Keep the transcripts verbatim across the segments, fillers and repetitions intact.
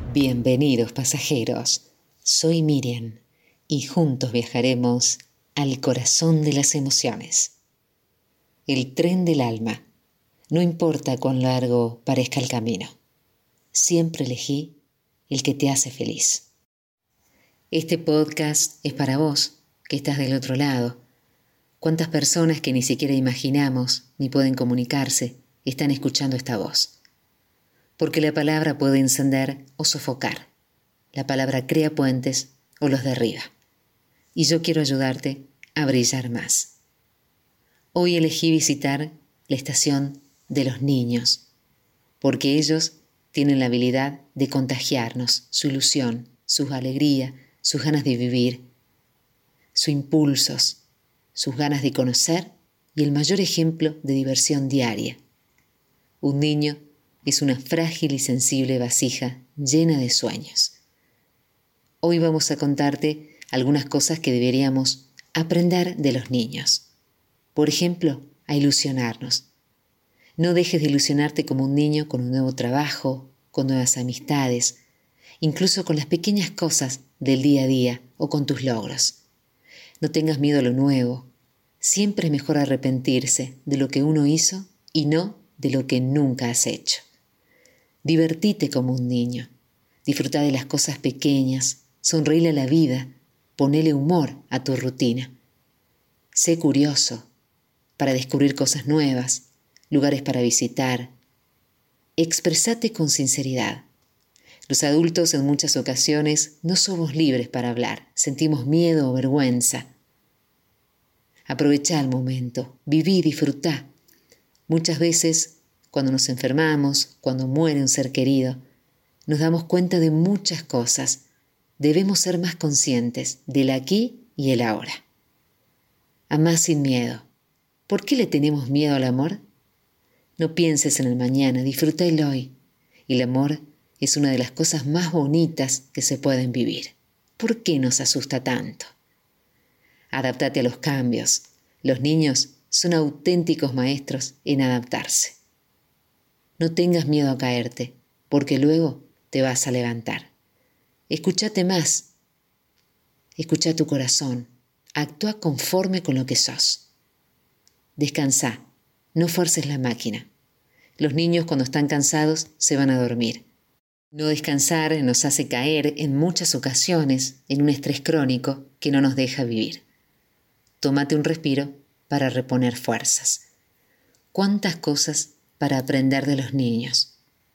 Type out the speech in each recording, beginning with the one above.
Bienvenidos pasajeros, soy Miriam y juntos viajaremos al corazón de las emociones. El tren del alma, no importa cuán largo parezca el camino, siempre elegí el que te hace feliz. Este podcast es para vos, que estás del otro lado. Cuántas personas que ni siquiera imaginamos ni pueden comunicarse están escuchando esta voz. Porque la palabra puede encender o sofocar. La palabra crea puentes o los derriba. Y yo quiero ayudarte a brillar más. Hoy elegí visitar la estación de los niños, porque ellos tienen la habilidad de contagiarnos su ilusión, su alegría, sus ganas de vivir, sus impulsos, sus ganas de conocer y el mayor ejemplo de diversión diaria. Un niño es una frágil y sensible vasija llena de sueños. Hoy vamos a contarte algunas cosas que deberíamos aprender de los niños. Por ejemplo, a ilusionarnos. No dejes de ilusionarte como un niño con un nuevo trabajo, con nuevas amistades, incluso con las pequeñas cosas del día a día o con tus logros. No tengas miedo a lo nuevo. Siempre es mejor arrepentirse de lo que uno hizo y no de lo que nunca has hecho. Divertite como un niño, disfruta de las cosas pequeñas, sonreíle a la vida, ponele humor a tu rutina. Sé curioso para descubrir cosas nuevas, lugares para visitar. Expresate con sinceridad. Los adultos en muchas ocasiones no somos libres para hablar, sentimos miedo o vergüenza. Aprovecha el momento, viví y disfrutá. Muchas veces, cuando nos enfermamos, cuando muere un ser querido, nos damos cuenta de muchas cosas. Debemos ser más conscientes del aquí y el ahora. Amá sin miedo. ¿Por qué le tenemos miedo al amor? No pienses en el mañana, disfruta el hoy. El amor es una de las cosas más bonitas que se pueden vivir. ¿Por qué nos asusta tanto? Adáptate a los cambios. Los niños son auténticos maestros en adaptarse. No tengas miedo a caerte, porque luego te vas a levantar. Escúchate más. Escucha tu corazón. Actúa conforme con lo que sos. Descansá. No fuerces la máquina. Los niños cuando están cansados se van a dormir. No descansar nos hace caer en muchas ocasiones en un estrés crónico que no nos deja vivir. Tómate un respiro para reponer fuerzas. ¿Cuántas cosas para aprender de los niños?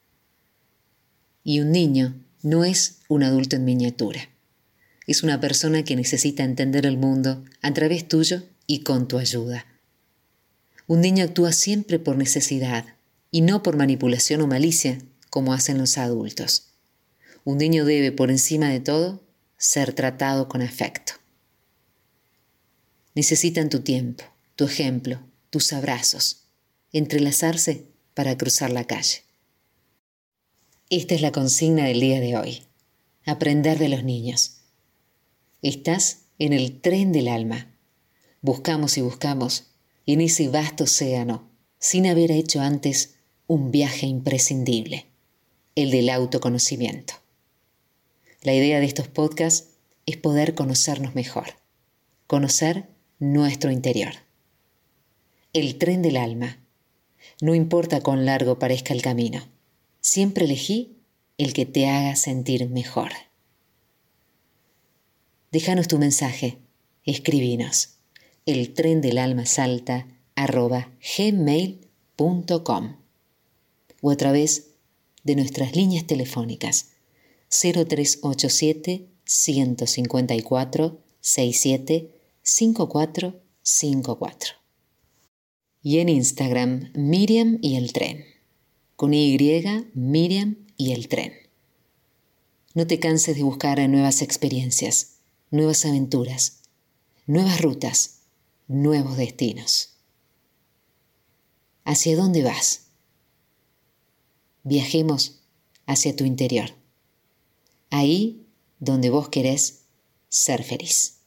Y un niño no es un adulto en miniatura. Es una persona que necesita entender el mundo a través tuyo y con tu ayuda. Un niño actúa siempre por necesidad y no por manipulación o malicia como hacen los adultos. Un niño debe, por encima de todo, ser tratado con afecto. Necesitan tu tiempo, tu ejemplo, tus abrazos, entrelazarse para cruzar la calle. Esta es la consigna del día de hoy. Aprender de los niños. Estás en el tren del alma. Buscamos y buscamos en ese vasto océano, sin haber hecho antes un viaje imprescindible, el del autoconocimiento. La idea de estos podcasts es poder conocernos mejor, conocer nuestro interior. El tren del alma. No importa cuán largo parezca el camino, siempre elegí el que te haga sentir mejor. Déjanos tu mensaje, escribinos el tren del alma salta arroba gmail punto com o a través de nuestras líneas telefónicas cero tres ocho siete, uno cinco cuatro, seis siete cinco cuatro cinco cuatro. Y en Instagram, Miriam y el tren. Con Y, Miriam y el tren. No te canses de buscar nuevas experiencias, nuevas aventuras, nuevas rutas, nuevos destinos. ¿Hacia dónde vas? Viajemos hacia tu interior. Ahí donde vos querés ser feliz.